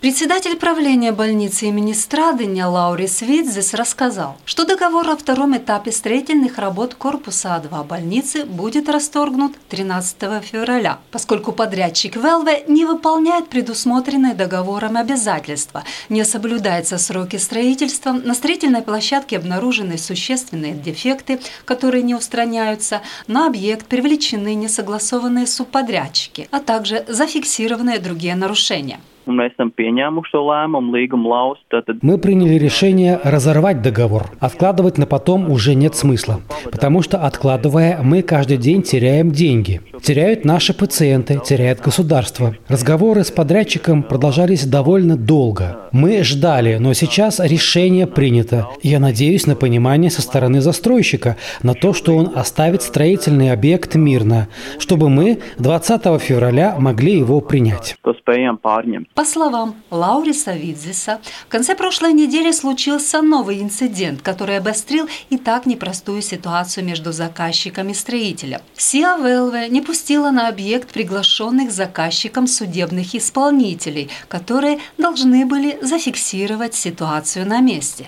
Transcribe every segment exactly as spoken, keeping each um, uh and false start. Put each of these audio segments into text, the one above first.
Председатель правления больницы имени Страдыня Лаурис Видзис рассказал, что договор о втором этапе строительных работ корпуса А2 больницы будет расторгнут тринадцатого февраля, поскольку подрядчик Велве не выполняет предусмотренные договором обязательства, не соблюдаются сроки строительства, на строительной площадке обнаружены существенные дефекты, которые не устраняются, на объект привлечены несогласованные субподрядчики, а также зафиксированные другие нарушения. Мы приняли решение разорвать договор. Откладывать на потом уже нет смысла, потому что, откладывая, мы каждый день теряем деньги. Теряют наши пациенты, теряет государство. Разговоры с подрядчиком продолжались довольно долго. Мы ждали, но сейчас решение принято. Я надеюсь на понимание со стороны застройщика, на то, что он оставит строительный объект мирно, чтобы мы двадцатого февраля могли его принять. По словам Лауриса Видзиса, в конце прошлой недели случился новый инцидент, который обострил и так непростую ситуацию между заказчиком и строителем. Сиа Велве не пустила на объект приглашенных заказчиком судебных исполнителей, которые должны были зафиксировать ситуацию на месте.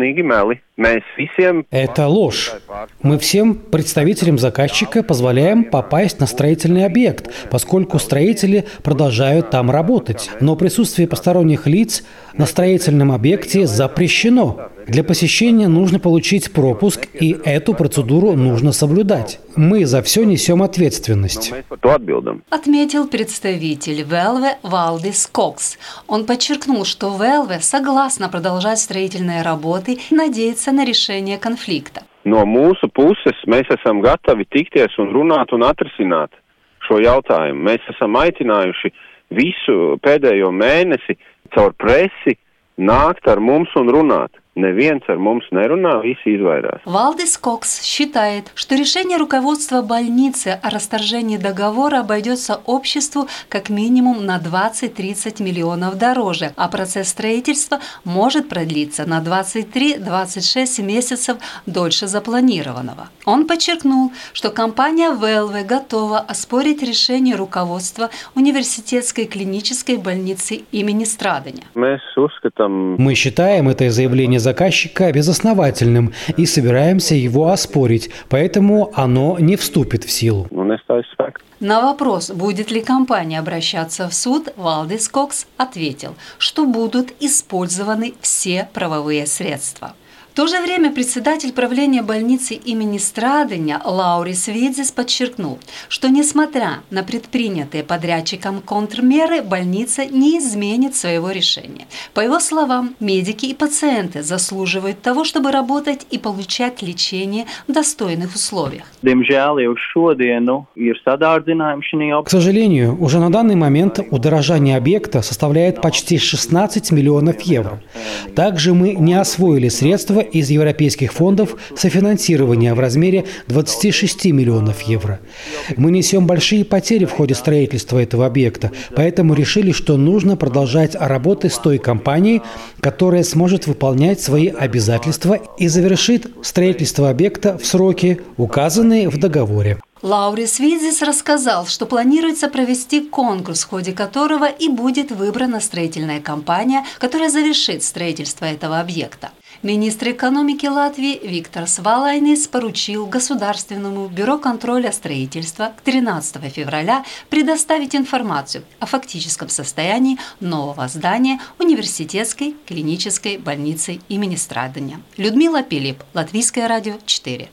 Это ложь. Мы всем представителям заказчика позволяем попасть на строительный объект, поскольку строители продолжают там работать. Но присутствие посторонних лиц на строительном объекте запрещено. Для посещения нужно получить пропуск, и эту процедуру нужно соблюдать. Мы за все несем ответственность. Отметил представитель Велве Валдис Кокс. Он подчеркнул, что Велве согласна продолжать строительные работы и надеется на решение конфликта. No mūsu puses mēs esam gatavi tikties un runāt un atrisināt šo jautājumu. Mēs esam aicinājuši visu pēdējo mēnesi caur presi nākt ar mums un runāt. Neviens ar mums nerunā, visi izvairās. Валдис Кокс считает, что решение руководства больницы о расторжении договора обойдется обществу как минимум на двадцать-тридцать миллионов дороже, а процесс строительства может продлиться на двадцать три - двадцать шесть месяцев дольше запланированного. Он подчеркнул, что компания Велве готова оспорить решение руководства университетской клинической больницы имени Страдыня. Мы считаем это заявление заказчика безосновательным и собираемся его оспорить, поэтому оно не вступит в силу. На вопрос, будет ли компания обращаться в суд, Валдис Кокс ответил, что будут использованы все правовые средства. В то же время председатель правления больницы имени Страдыня Лаурис Видзис подчеркнул, что несмотря на предпринятые подрядчиком контрмеры, больница не изменит своего решения. По его словам, медики и пациенты заслуживают того, чтобы работать и получать лечение в достойных условиях. К сожалению, уже на данный момент удорожание объекта составляет почти шестнадцать миллионов евро. Также мы не освоили средства из европейских фондов софинансирования в размере двадцати шести миллионов евро. Мы несем большие потери в ходе строительства этого объекта, поэтому решили, что нужно продолжать работы с той компанией, которая сможет выполнять свои обязательства и завершит строительство объекта в сроки, указанные в договоре. Лаурис Видзис рассказал, что планируется провести конкурс, в ходе которого и будет выбрана строительная компания, которая завершит строительство этого объекта. Министр экономики Латвии Виктор Свалайнис поручил Государственному бюро контроля строительства к тринадцатого февраля предоставить информацию о фактическом состоянии нового здания университетской клинической больницы имени Страдыня. Людмила Пилип, Латвийское радио четыре.